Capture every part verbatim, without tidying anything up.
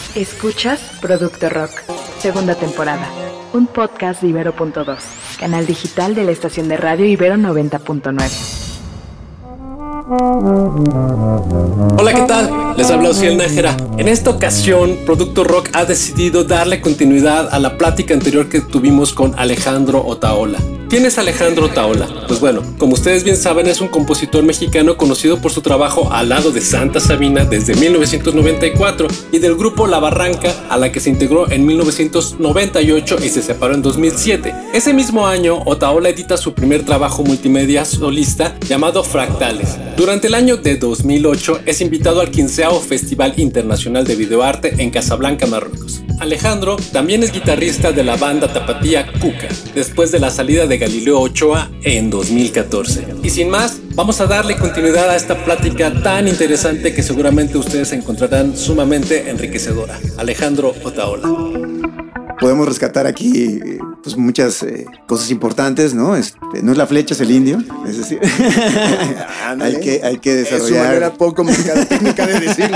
Escuchas Producto Rock, segunda temporada, un podcast de Ibero punto dos, canal digital de la estación de radio Ibero noventa punto nueve. Hola, ¿qué tal? Les habla Ociel Nájera. En esta ocasión, Producto Rock ha decidido darle continuidad a la plática anterior que tuvimos con Alejandro Otaola. ¿Quién es Alejandro Otaola? Pues bueno, como ustedes bien saben, es un compositor mexicano conocido por su trabajo al lado de Santa Sabina desde mil novecientos noventa y cuatro y del grupo La Barranca, a la que se integró en mil novecientos noventa y ocho y se separó en dos mil siete. Ese mismo año, Otaola edita su primer trabajo multimedia solista llamado Fractales. Durante el año de dos mil ocho es invitado al quinceavo Festival Internacional de Videoarte en Casablanca, Marruecos. Alejandro también es guitarrista de la banda tapatía Cuca, después de la salida de Galileo Ochoa en dos mil catorce. Y sin más, vamos a darle continuidad a esta plática tan interesante que seguramente ustedes encontrarán sumamente enriquecedora. Alejandro Otaola. Podemos rescatar aquí pues muchas eh, cosas importantes, ¿no? Este, no es la flecha, es el indio. Es decir, hay que, hay que desarrollar. Es una manera poco técnica de decirlo.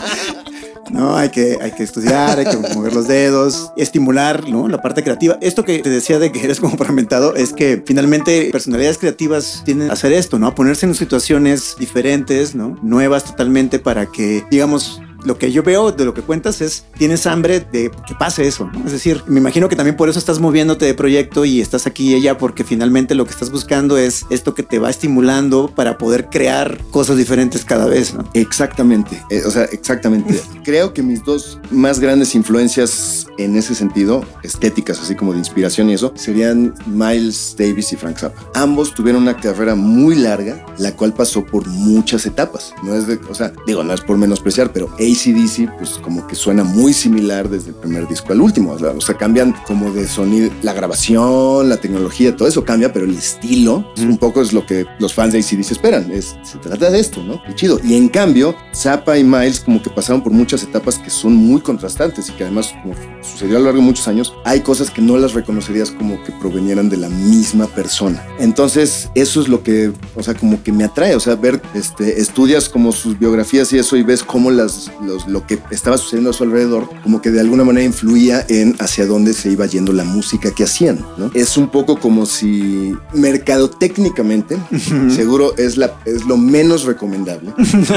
No, hay que, hay que estudiar, hay que mover los dedos, estimular, ¿no? La parte creativa. Esto que te decía de que eres como fragmentado es que finalmente personalidades creativas tienden a hacer esto, ¿no? A ponerse en situaciones diferentes, ¿no? Nuevas totalmente para que, digamos, lo que yo veo de lo que cuentas es, tienes hambre de que pase eso, ¿no? Es decir, me imagino que también por eso estás moviéndote de proyecto y estás aquí y allá, porque finalmente lo que estás buscando es esto que te va estimulando para poder crear cosas diferentes cada vez, ¿no? Exactamente, eh, o sea, exactamente. Creo que mis dos más grandes influencias en ese sentido, estéticas, así como de inspiración y eso, serían Miles Davis y Frank Zappa. Ambos tuvieron una carrera muy larga, la cual pasó por muchas etapas. No es de, o sea, digo, no es por menospreciar, pero A C D C, pues como que suena muy similar desde el primer disco al último. O sea, o sea, cambian como de sonido, la grabación, la tecnología, todo eso cambia, pero el estilo mm. un poco es lo que los fans de A C D C esperan. Es, se trata de esto, ¿no? Y chido. Y en cambio, Zappa y Miles como que pasaron por muchas etapas que son muy contrastantes y que además, como sucedió a lo largo de muchos años, hay cosas que no las reconocerías como que provenieran de la misma persona. Entonces, eso es lo que, o sea, como que me atrae. O sea, ver, este, estudias como sus biografías y eso y ves cómo las Los, lo que estaba sucediendo a su alrededor como que de alguna manera influía en hacia dónde se iba yendo la música que hacían, ¿no? Es un poco como si mercadotécnicamente uh-huh. seguro es, la, es lo menos recomendable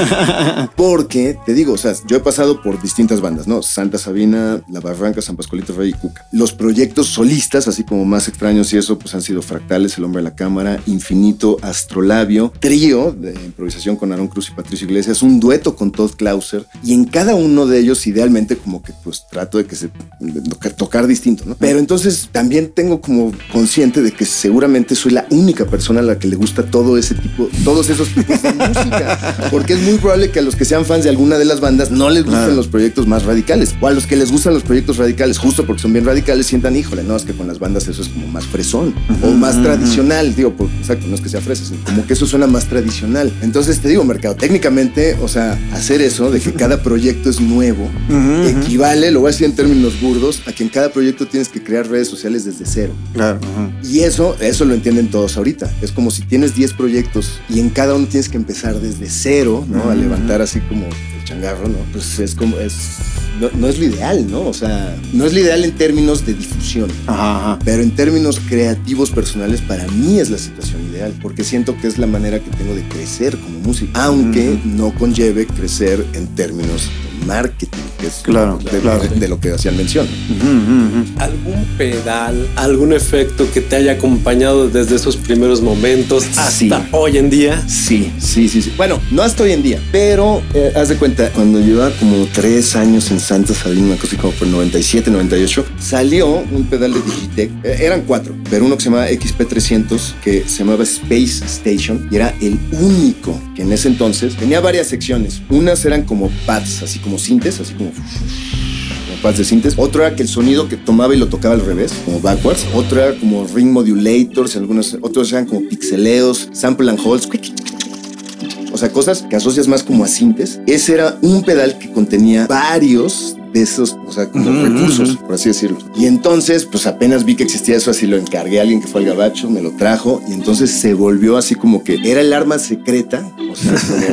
porque te digo, o sea, yo he pasado por distintas bandas, ¿no? Santa Sabina, La Barranca, San Pascualito Rey y Cuca. Los proyectos solistas, así como más extraños y eso, pues han sido Fractales, El Hombre de la Cámara, Infinito, Astrolabio, Trío de improvisación con Aaron Cruz y Patricio Iglesias, un dueto con Todd Clauser, y en cada uno de ellos idealmente como que pues trato de que se de tocar, tocar distinto, ¿no? Pero entonces también tengo como consciente de que seguramente soy la única persona a la que le gusta todo ese tipo, todos esos tipos de música, porque es muy probable que a los que sean fans de alguna de las bandas no les gusten claro. los proyectos más radicales, o a los que les gustan los proyectos radicales justo porque son bien radicales sientan, híjole, no, es que con las bandas eso es como más fresón uh-huh, o más uh-huh. tradicional, digo, por, exacto, no es que sea fresa, sino como que eso suena más tradicional. Entonces te digo, mercado, técnicamente, o sea, hacer eso de que cada proyecto es nuevo, uh-huh, equivale, lo voy a decir en términos burdos, a que en cada proyecto tienes que crear redes sociales desde cero. Claro. Uh-huh. Y eso, eso lo entienden todos ahorita. Es como si tienes diez proyectos y en cada uno tienes que empezar desde cero, ¿no? Uh-huh. A levantar así como el changarro, ¿no? Pues es como, es, no, no es lo ideal, ¿no? O sea, no es lo ideal en términos de difusión, ajá, ajá. pero en términos creativos personales para mí es la situación ideal, porque siento que es la manera que tengo de crecer como músico, aunque uh-huh. no conlleve crecer en términos de marketing, que es claro, de, claro. de, de lo que hacían mención. Uh-huh, uh-huh. ¿Algún pedal, algún efecto que te haya acompañado desde esos primeros momentos hasta sí. hoy en día? Sí, sí, sí, sí. Bueno, no hasta hoy en día, pero eh, haz de cuenta, cuando llevaba como tres años en Santa Sabina, una cosa como por el noventa y siete, noventa y ocho, salió un pedal de Digitech. Eh, eran cuatro, pero uno que se llamaba X P trescientos, que se llamaba Space Station, y era el único que en ese entonces tenía varias secciones. Unas eran como pads, así como sintes, así como... pads de sintes. Otro era que el sonido que tomaba y lo tocaba al revés, como backwards. Otro era como ring modulators, algunos, otros eran como pixeleos, sample and holds. O sea, cosas que asocias más como a sintes. Ese era un pedal que contenía varios de esos o sea, como Uh-huh. recursos, por así decirlo. Y entonces, pues apenas vi que existía eso, así lo encargué a alguien que fue al gabacho, me lo trajo, y entonces se volvió así como que era el arma secreta, o sea,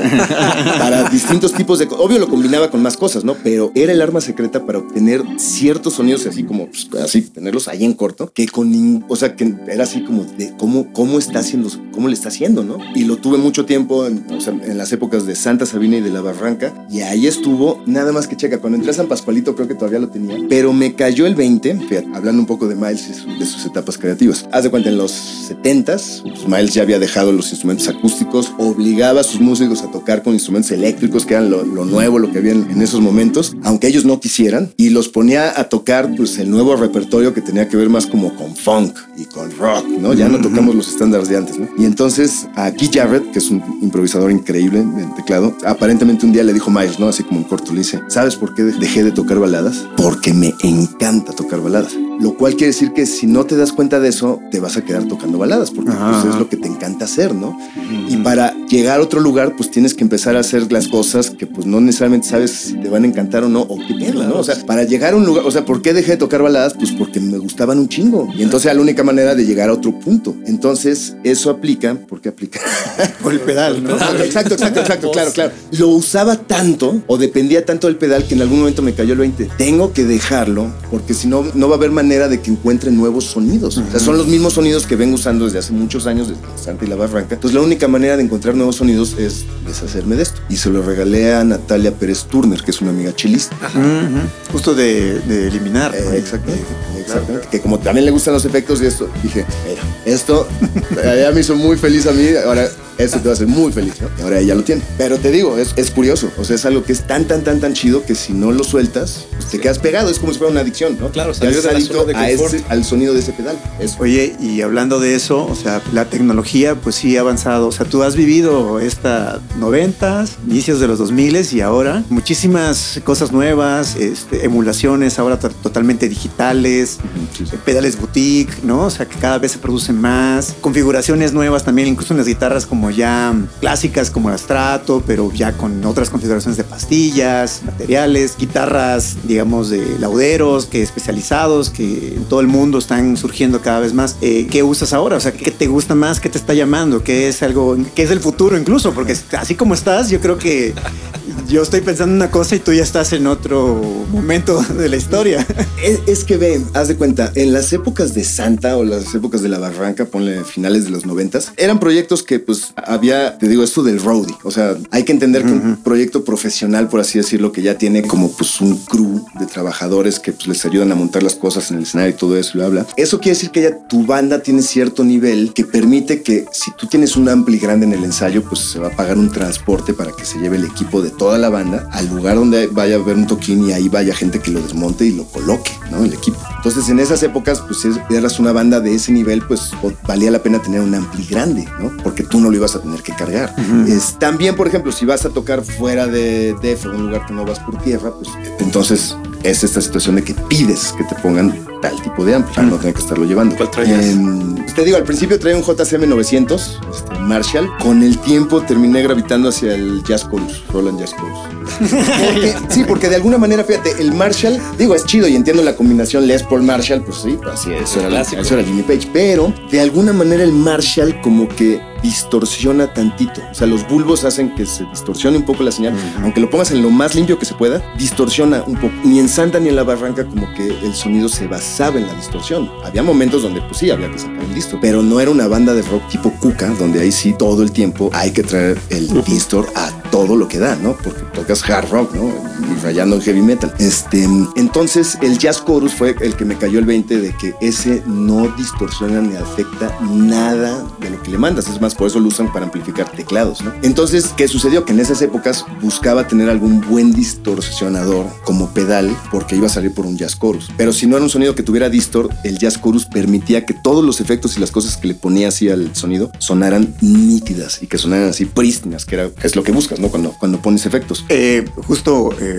como para distintos tipos de... Obvio lo combinaba con más cosas, ¿no? Pero era el arma secreta para obtener ciertos sonidos, así como, pues, así, tenerlos ahí en corto, que con... O sea, que era así como de cómo, cómo está haciendo, cómo le está haciendo, ¿no? Y lo tuve mucho tiempo, en, o sea, en las épocas de Santa Sabina y de la Barranca, y ahí estuvo, nada más que checa, cuando entré a San Pascualito creo que todavía lo tenía, pero me cayó el veinte, fíjate, hablando un poco de Miles y su, de sus etapas creativas. Haz de cuenta, en los setentas, pues Miles ya había dejado los instrumentos acústicos, obligaba a sus músicos a tocar con instrumentos eléctricos, que eran lo, lo nuevo, lo que había en, en esos momentos, aunque ellos no quisieran, y los ponía a tocar pues el nuevo repertorio que tenía que ver más como con funk y con rock, ¿no? Ya no tocamos los estándares de antes, ¿no? Y entonces a Keith Jarrett, que es un improvisador increíble en teclado, aparentemente un día le dijo Miles, ¿no? Así como en corto, le dice, ¿sabes por qué dejé de tocar baladas? Porque me encanta tocar baladas. Lo cual quiere decir que si no te das cuenta de eso, te vas a quedar tocando baladas, porque pues, es lo que te encanta hacer, ¿no? Uh-huh. Y para llegar a otro lugar, pues tienes que empezar a hacer las cosas que pues no necesariamente sabes si te van a encantar o no, o qué pedo, ¿no? O sea, para llegar a un lugar, o sea, ¿por qué dejé de tocar baladas? Pues porque me gustaban un chingo. Y entonces era la única manera de llegar a otro punto. Entonces, eso aplica, ¿por qué aplica? Por el pedal, ¿no? Ah, exacto, exacto, exacto, claro, claro. Lo usaba tanto, o dependía tanto del pedal, que en algún momento me cayó el veinte. Tengo que dejarlo, porque si no, no va a haber manera de que encuentre nuevos sonidos. Uh-huh. O sea, son los mismos sonidos que vengo usando desde hace muchos años, desde Santa y la Barranca. Entonces, la única manera de encontrar nuevos sonidos es deshacerme de esto. Y se lo regalé a Natalia Pérez Turner, que es una amiga chelista. Uh-huh. Justo de, de eliminar. Eh, exactamente, exactamente. Claro. Que como también le gustan los efectos y esto, dije, mira, esto ya me hizo muy feliz a mí, ahora esto te va a hacer muy feliz, ¿no? Y ahora ella lo tiene. Pero te digo, es, es curioso, o sea, es algo que es tan, tan, tan, tan chido que si no lo sueltas, pues te quedas pegado, es como si fuera una adicción, ¿no? Claro, te haces adicto a ese, al sonido de ese pedal. Eso. Oye, y hablando de eso, o sea, la tecnología pues sí ha avanzado, o sea, tú has vivido esta noventas, inicios de los dos miles y ahora muchísimas cosas nuevas, este, emulaciones ahora t- totalmente digitales, sí, sí. pedales boutique, ¿no? O sea, que cada vez se producen más, configuraciones nuevas también, incluso en las guitarras como ya clásicas como la Strato, pero ya con otras configuraciones de pastillas, materiales, guitarras, digamos, de lauderos, que especializados, que en todo el mundo están surgiendo cada vez más. Eh, ¿Qué usas ahora? O sea, ¿qué te gusta más? ¿Qué te está llamando? ¿Qué es algo, qué es el futuro incluso? Porque así como estás, yo creo que yo estoy pensando en una cosa y tú ya estás en otro momento de la historia. Es, es que ve, haz de cuenta, en las épocas de Santa o las épocas de la Barranca, ponle finales de los noventas, eran proyectos que pues había, te digo, esto del roadie. O sea, hay que entender que uh-huh. un proyecto profesional, por así decirlo, que ya tiene como pues un crew de trabajadores que pues les ayudan a montar las cosas en el escenario y todo eso, bla, bla. Eso quiere decir que ya tu banda tiene cierto nivel que permite que si tú tienes un ampli grande en el ensayo, pues se va a pagar un transporte para que se lleve el equipo de toda la banda al lugar donde vaya a haber un toquín y ahí vaya gente que lo desmonte y lo coloque, ¿no? El equipo. Entonces, en esas épocas, pues si eras una banda de ese nivel, pues valía la pena tener un ampli grande, ¿no? Porque tú no lo ibas a tener que cargar. Uh-huh. Es, también, por ejemplo, si vas a tocar fuera de D F, un lugar que no vas por tierra, pues entonces es esta situación de que pides que te pongan tal tipo de ampli para uh-huh. no tener que estarlo llevando. ¿Cuál traías? Eh, te digo, al principio traía un J C M novecientos, este, Marshall. Con el tiempo terminé gravitando hacia el Jazz Chorus, Roland Jazz Chorus. Porque, sí, porque de alguna manera, fíjate, el Marshall, digo, es chido y entiendo la combinación Les Paul Marshall, pues sí, pues sí, eso era, eso era Jimmy Page, pero de alguna manera el Marshall como que distorsiona tantito. O sea, los bulbos hacen que se distorsione un poco la señal, uh-huh. aunque lo pongas en lo más limpio que se pueda, distorsiona un poco. Ni en Santa ni en la Barranca como que el sonido se basaba en la distorsión. Había momentos donde pues sí, había que sacar el distor, pero no era una banda de rock tipo Cuca, donde ahí sí todo el tiempo hay que traer el uh-huh. distor a todo lo que da, ¿no? Porque tocas hard rock, ¿no? Y rayando en heavy metal. Este, entonces el Jazz Chorus fue el que me cayó el veinte de que ese no distorsiona ni afecta nada de lo que le mandas. Es más, por eso lo usan para amplificar teclados, ¿no? Entonces, ¿qué sucedió? Que en esas épocas buscaba tener algún buen distorsionador como pedal porque iba a salir por un Jazz Chorus. Pero si no era un sonido que tuviera distor, el Jazz Chorus permitía que todos los efectos y las cosas que le ponía así al sonido sonaran nítidas y que sonaran así prístinas, que era, que es lo que buscas, ¿no? Cuando, cuando pones efectos. Eh, justo eh,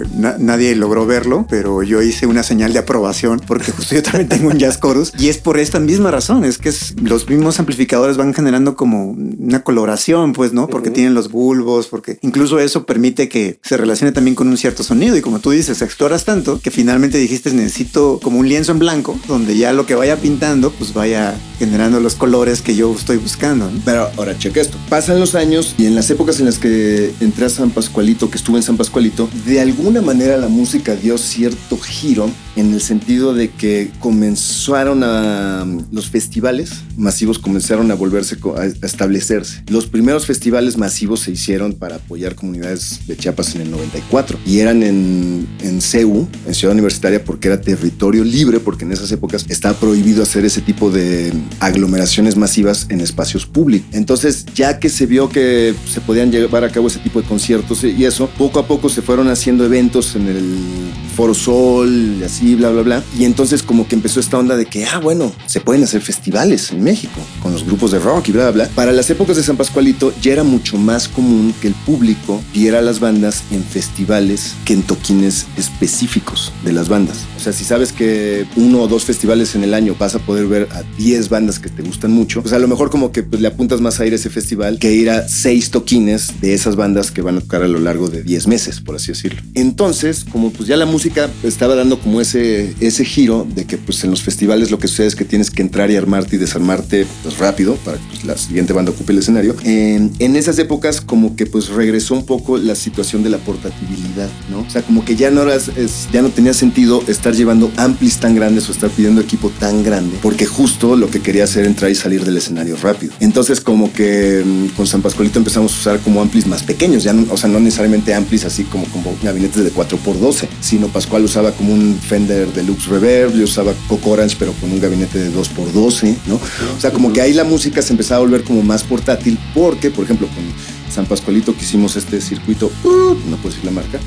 na- nadie logró verlo, pero yo hice una señal de aprobación porque justo yo también tengo un Jazz Chorus y es por esta misma razón, es que es, los mismos amplificadores van generando como una coloración, pues, ¿no? Porque uh-huh. tienen los bulbos, porque incluso eso permite que se relacione también con un cierto sonido y como tú dices, exploras tanto que finalmente dijiste necesito como un lienzo en blanco donde ya lo que vaya pintando pues vaya generando los colores que yo estoy buscando, ¿no? Pero ahora checa esto, pasan los años y en las épocas en las que entré a San Pascualito, que estuve en San Pascualito, de alguna manera la música dio cierto giro en el sentido de que comenzaron a los festivales masivos comenzaron a volverse a establecerse. Los primeros festivales masivos se hicieron para apoyar comunidades de Chiapas en el noventa y cuatro y eran en, en C E U, en Ciudad Universitaria, porque era territorio libre, porque en esas épocas estaba prohibido hacer ese tipo de aglomeraciones masivas en espacios públicos. Entonces, ya que se vio que se podían llevar a cabo ese tipo de conciertos y eso, poco a poco se fueron haciendo eventos en el Foro Sol y así, bla, bla, bla. Y entonces como que empezó esta onda de que, ah, bueno, se pueden hacer festivales en México con los grupos de rock y bla, bla, bla. Para las épocas de San Pascualito ya era mucho más común que el público viera a las bandas en festivales que en toquines específicos de las bandas. O sea, si sabes que uno o dos festivales en el año vas a poder ver a diez bandas que te gustan mucho, pues a lo mejor como que pues, le apuntas más a ir a ese festival que ir a seis toquines de esas bandas que van a tocar a lo largo de diez meses, por así decirlo. Entonces, como pues ya la música estaba dando como ese, ese giro de que pues en los festivales lo que sucede es que tienes que entrar y armarte y desarmarte pues rápido para que pues, la siguiente banda ocupe el escenario. En, en esas épocas como que pues regresó un poco la situación de la portabilidad, ¿no? O sea, como que ya no, eras, es, ya no tenía sentido estar llevando amplis tan grandes o estar pidiendo equipo tan grande, porque justo lo que quería hacer era entrar y salir del escenario rápido. Entonces como que con San Pascualito empezamos a usar como amplis más pequeños, ya no, o sea, no necesariamente amplis así como, como gabinetes de cuatro por doce, sino Pascual usaba como un Fender Deluxe Reverb, yo usaba Coco Orange pero con un gabinete de dos por doce, ¿no? O sea, como que ahí la música se empezaba a volver como más portátil, porque, por ejemplo, con San Pascualito que hicimos este circuito, uh, no puedo decir la marca,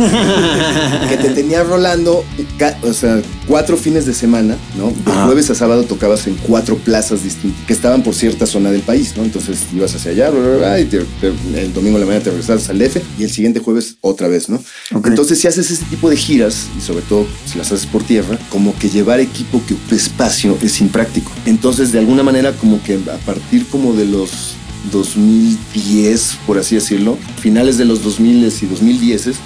que te tenía rolando, o sea, cuatro fines de semana, ¿no? De Ajá. jueves a sábado tocabas en cuatro plazas distintas que estaban por cierta zona del país, ¿no? Entonces ibas hacia allá, bla, bla, bla, y te, te, el domingo a la mañana te regresabas al D F y el siguiente jueves otra vez, ¿no? Okay. Entonces si haces ese tipo de giras, y sobre todo si las haces por tierra, como que llevar equipo que ocupe espacio es impráctico. Entonces de alguna manera como que a partir como de los dos mil diez, por así decirlo, finales de los dos mil y dos mil diez, este,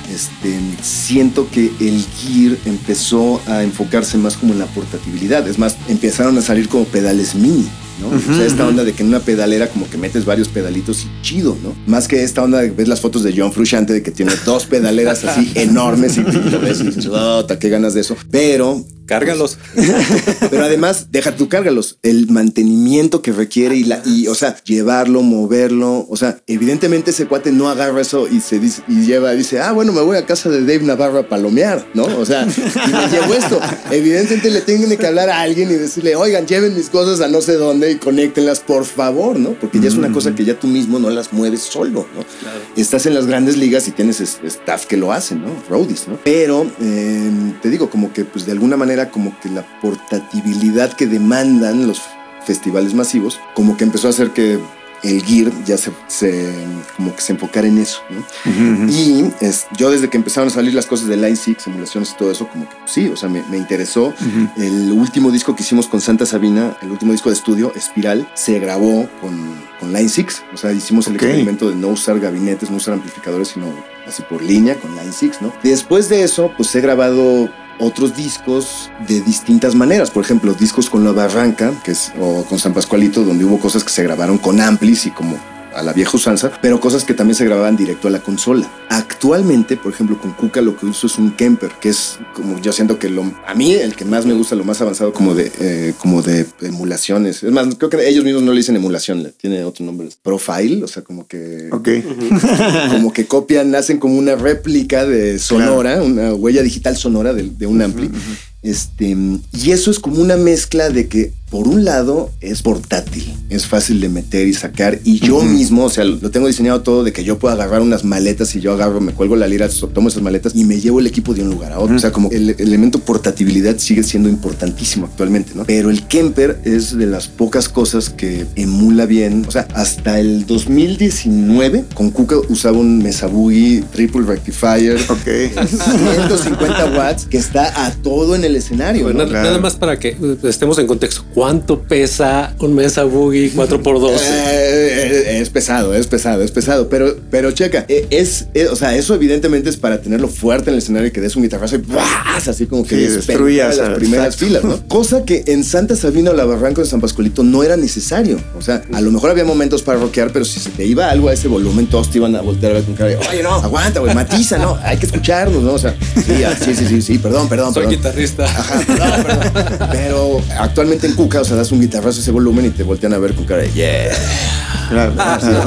siento que el gear empezó a enfocarse más como en la portabilidad. Es más, empezaron a salir como pedales mini, ¿no? Uh-huh, o sea, esta uh-huh. onda de que en una pedalera como que metes varios pedalitos y chido, ¿no? Más que esta onda de ves las fotos de John Frusciante de que tiene dos pedaleras así enormes y lo ves y dices, oh, qué ganas de eso. Pero cárgalos. Pero además, deja tú cárgalos. El mantenimiento que requiere y la, y, o sea, llevarlo, moverlo. O sea, evidentemente ese cuate no agarra eso y se dice, y lleva, dice, ah, bueno, me voy a casa de Dave Navarro a palomear, ¿no? O sea, y me llevo esto. Evidentemente le tienen que hablar a alguien y decirle, oigan, lleven mis cosas a no sé dónde y conéctenlas, por favor, ¿no? Porque ya es una cosa que ya tú mismo no las mueves solo, ¿no? Claro. Estás en las grandes ligas y tienes staff que lo hacen, ¿no? Roadies, ¿no? Pero, eh, te digo, como que, pues, de alguna manera como que la portabilidad que demandan los festivales masivos como que empezó a hacer que el gear ya se, se como que se enfocara en eso, ¿no? Uh-huh. Y es, yo desde que empezaron a salir las cosas de Line six, simulaciones y todo eso, como que sí, o sea, me, me interesó. Uh-huh. El último disco que hicimos con Santa Sabina, el último disco de estudio, Espiral, se grabó con, con Line six. O sea, hicimos el okay. experimento de no usar gabinetes, no usar amplificadores, sino así por línea con Line six, ¿no? Después de eso, pues he grabado otros discos de distintas maneras. Por ejemplo, discos con La Barranca, que es, o con San Pascualito, donde hubo cosas que se grabaron con amplis y como a la vieja usanza, pero cosas que también se grababan directo a la consola. Actualmente, por ejemplo, con Cuca lo que uso es un Kemper, que es como yo siento que lo, a mí el que más me gusta, lo más avanzado como de, eh, como de emulaciones. Es más, creo que ellos mismos no le dicen emulación, tiene otro nombre. Profile, o sea, como que... Ok. Como que copian, hacen como una réplica de sonora, claro. Una huella digital sonora de, de un ampli. Uh-huh, uh-huh. Este, y eso es como una mezcla de que, por un lado, es portátil, es fácil de meter y sacar. Y yo uh-huh. mismo, o sea, lo tengo diseñado todo de que yo puedo agarrar unas maletas y yo agarro, me cuelgo la lira, tomo esas maletas y me llevo el equipo de un lugar a otro. Uh-huh. O sea, como el elemento portabilidad sigue siendo importantísimo actualmente, ¿no? Pero el Kemper es de las pocas cosas que emula bien. O sea, hasta el dos mil diecinueve con Kuka usaba un Mesa Boogie Triple Rectifier, okay. ciento cincuenta watts, que está a todo en el escenario. Bueno, ¿no? Nada Claro. más para que estemos en contexto. ¿Cuánto pesa un Mesa Boogie cuatro por doce? Eh, es pesado, es pesado, es pesado. Pero, pero checa, es, es, o sea, eso evidentemente es para tenerlo fuerte en el escenario y que des un guitarrazo y ¡buah! Así como que sí, destruyas las primeras exacto. filas, ¿no? Cosa que en Santa Sabina o la Barranco de San Pascualito no era necesario. O sea, a lo mejor había momentos para rockear, pero si se te iba algo a ese volumen, todos te iban a voltear a ver con cara de, oye, no, aguanta, güey, matiza, no, hay que escucharnos, ¿no? O sea, sí, sí, sí, sí, sí perdón, perdón, Soy perdón. guitarrista. Ajá, perdón, perdón. Pero actualmente en Kuka, o sea, das un guitarrazo a ese volumen y te voltean a ver con cara de, yeah. Claro, Ah, claro.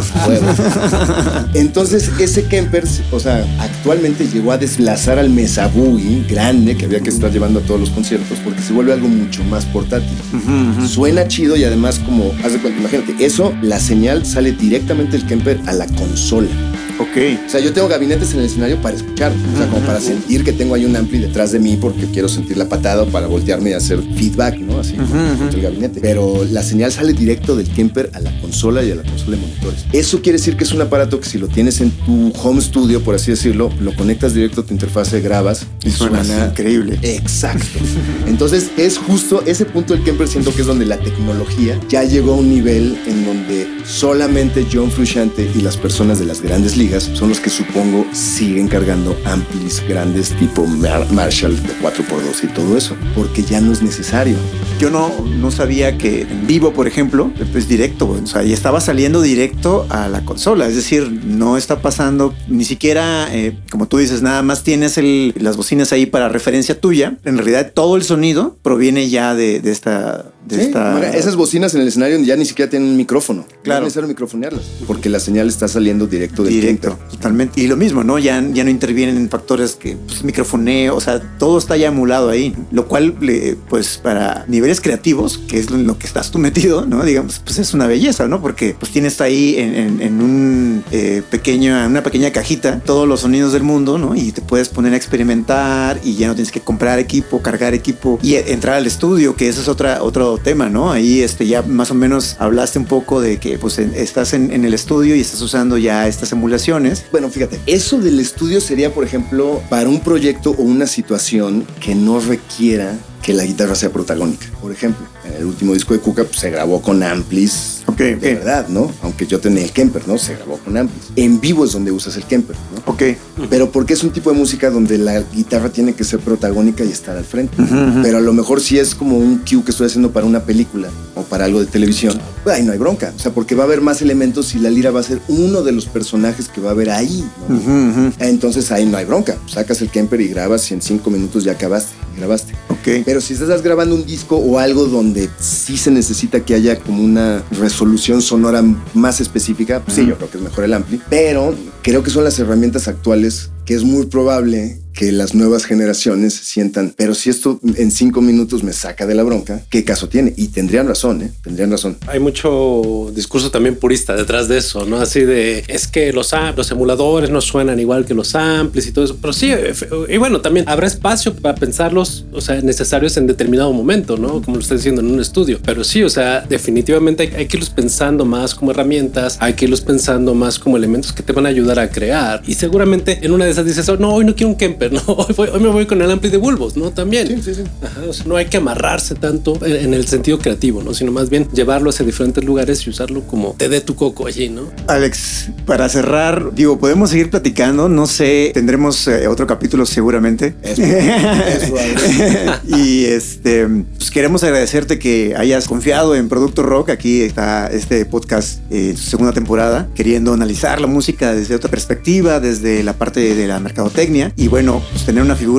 Sí, entonces ese Kemper, o sea, actualmente llegó a desplazar al Mesa Boogie grande que había que estar llevando a todos los conciertos porque se vuelve algo mucho más portátil. Uh-huh, uh-huh. Suena chido y además como, haz de cuenta, imagínate, eso, la señal sale directamente del Kemper a la consola. Ok. O sea, yo tengo gabinetes en el escenario para escuchar, o sea, como para sentir que tengo ahí un ampli detrás de mí porque quiero sentir la patada o para voltearme y hacer feedback, ¿no? Así, uh-huh, el gabinete. Pero la señal sale directo del Kemper a la consola y a la consola de monitores. Eso quiere decir que es un aparato que si lo tienes en tu home studio, por así decirlo, lo conectas directo a tu interfase, grabas y suena, suena increíble. Exacto. Entonces es justo ese punto del Kemper, siento que es donde la tecnología ya llegó a un nivel en donde solamente John Frusciante y las personas de las grandes ligas son los que supongo siguen cargando amplis grandes tipo Mar- Marshall de cuatro por dos y todo eso, porque ya no es necesario. Yo no, no sabía que en vivo, por ejemplo, es directo, o sea, ya estaba saliendo directo a la consola, es decir, no está pasando ni siquiera, eh, como tú dices, nada más tienes el, las bocinas ahí para referencia tuya. En realidad todo el sonido proviene ya de, de esta... De sí, esta... Mira, esas bocinas en el escenario ya ni siquiera tienen un micrófono. Claro. No es necesario microfonearlas, porque la señal está saliendo directo del Directo, Kemper. totalmente. Y lo mismo, ¿no? Ya, ya no intervienen en factores que, pues, microfoneo, o sea, todo está ya emulado ahí, lo cual, pues, para niveles creativos, que es lo que estás tú metido, ¿no? Digamos, pues es una belleza, ¿no? Porque, pues, tienes ahí en, en, en un eh, pequeño, una pequeña cajita todos los sonidos del mundo, ¿no? Y te puedes poner a experimentar y ya no tienes que comprar equipo, cargar equipo y entrar al estudio, que ese es otra, otro tema, ¿no? Ahí este, ya más o menos hablaste un poco de que, pues, en, estás en, en el estudio y estás usando ya estas emulaciones. Bueno, fíjate, eso del estudio sería, por ejemplo, para un proyecto o una situación que no requiera que la guitarra sea protagónica. Por ejemplo, en el último disco de Kuka pues, se grabó con amplis. Ok, de ok. verdad, ¿no? Aunque yo tenía el Kemper, ¿no? Se grabó con amplis. En vivo es donde usas el Kemper, ¿no? Ok. Pero porque es un tipo de música donde la guitarra tiene que ser protagónica y estar al frente. Uh-huh, uh-huh. Pero a lo mejor si es como un cue que estoy haciendo para una película o para algo de televisión, pues ahí no hay bronca. O sea, porque va a haber más elementos y la lira va a ser uno de los personajes que va a haber ahí, ¿no? Uh-huh, uh-huh. Entonces ahí no hay bronca. Sacas el Kemper y grabas y en cinco minutos ya acabaste y grabaste. Ok. Pero si estás grabando un disco o algo donde sí se necesita que haya como una resolución sonora más específica, pues sí, yo creo que es mejor el ampli. Pero creo que son las herramientas actuales que es muy probable que las nuevas generaciones sientan, pero si esto en cinco minutos me saca de la bronca, ¿qué caso tiene? Y tendrían razón, ¿eh? Tendrían razón. Hay mucho discurso también purista detrás de eso, ¿no? Así de, es que los, los emuladores no suenan igual que los amplis y todo eso, pero sí, y bueno, también habrá espacio para pensarlos, o sea, necesarios en determinado momento, ¿no? Como lo estoy diciendo en un estudio, pero sí, o sea, definitivamente hay, hay que irlos pensando más como herramientas, hay que irlos pensando más como elementos que te van a ayudar a crear, y seguramente en una de esas dices, oh, no, hoy no quiero un Kemper, no, hoy, voy, hoy me voy con el ampli de Bulbos, ¿no? También. Sí, sí, sí. Ajá, o sea, no hay que amarrarse tanto en, en el sentido creativo, ¿no? Sino más bien llevarlo hacia diferentes lugares y usarlo como te dé tu coco allí, ¿no? Alex, para cerrar, digo, podemos seguir platicando, no sé, tendremos eh, otro capítulo seguramente. Es probable, es probable. Y este, pues queremos agradecerte que hayas confiado en Producto Rock. Aquí está este podcast en eh, su segunda temporada, queriendo analizar la música desde otra perspectiva, desde la parte de la mercadotecnia. Y bueno, pues tener una figura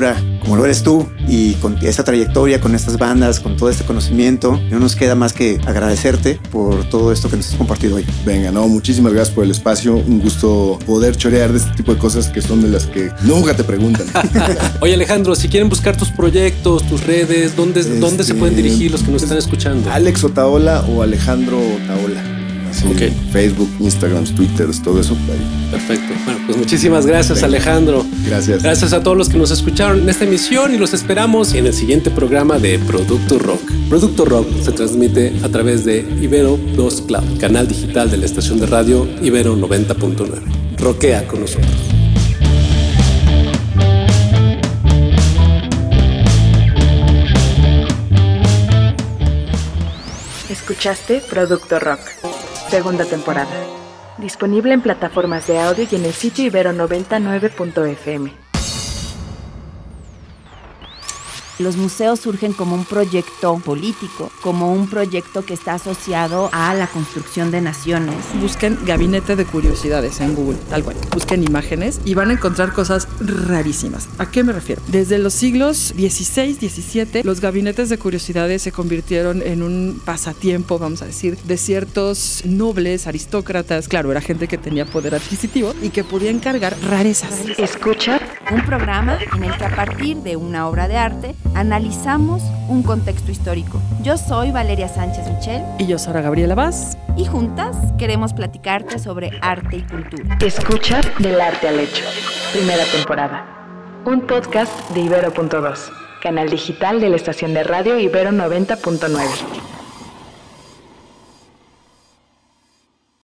como lo eres tú y con esta trayectoria, con estas bandas, con todo este conocimiento, no nos queda más que agradecerte por todo esto que nos has compartido hoy. Venga, no, muchísimas gracias por el espacio. Un gusto poder chorear de este tipo de cosas que son de las que nunca te preguntan. Oye, Alejandro, si quieren buscar tus proyectos, tus redes, ¿dónde, este, ¿dónde se pueden dirigir los que nos están escuchando? Alex Otaola o Alejandro Otaola. Así, okay. Facebook, Instagram, Twitter, todo eso. Ahí. Perfecto. Bueno, pues muchísimas gracias, Venga. Alejandro. Gracias. Gracias a todos los que nos escucharon en esta emisión y los esperamos en el siguiente programa de Producto Rock. Producto Rock se transmite a través de Ibero dos Cloud, canal digital de la estación de radio Ibero noventa punto nueve. Rockea con nosotros. Escuchaste Producto Rock, segunda temporada. Disponible en plataformas de audio y en el sitio ibero noventa y nueve punto efe eme. Los museos surgen como un proyecto político, como un proyecto que está asociado a la construcción de naciones. Busquen Gabinete de Curiosidades en Google, tal cual. Busquen imágenes y van a encontrar cosas rarísimas. ¿A qué me refiero? Desde los siglos dieciséis, diecisiete, los gabinetes de curiosidades se convirtieron en un pasatiempo, vamos a decir, de ciertos nobles, aristócratas. Claro, era gente que tenía poder adquisitivo y que podía encargar rarezas. Escucha un programa en el que a partir de una obra de arte analizamos un contexto histórico. Yo soy Valeria Sánchez Michel. Y yo, Sara Gabriela Vaz. Y juntas queremos platicarte sobre arte y cultura. Escucha Del Arte al Hecho, primera temporada. Un podcast de Ibero punto dos, canal digital de la estación de radio Ibero noventa punto nueve.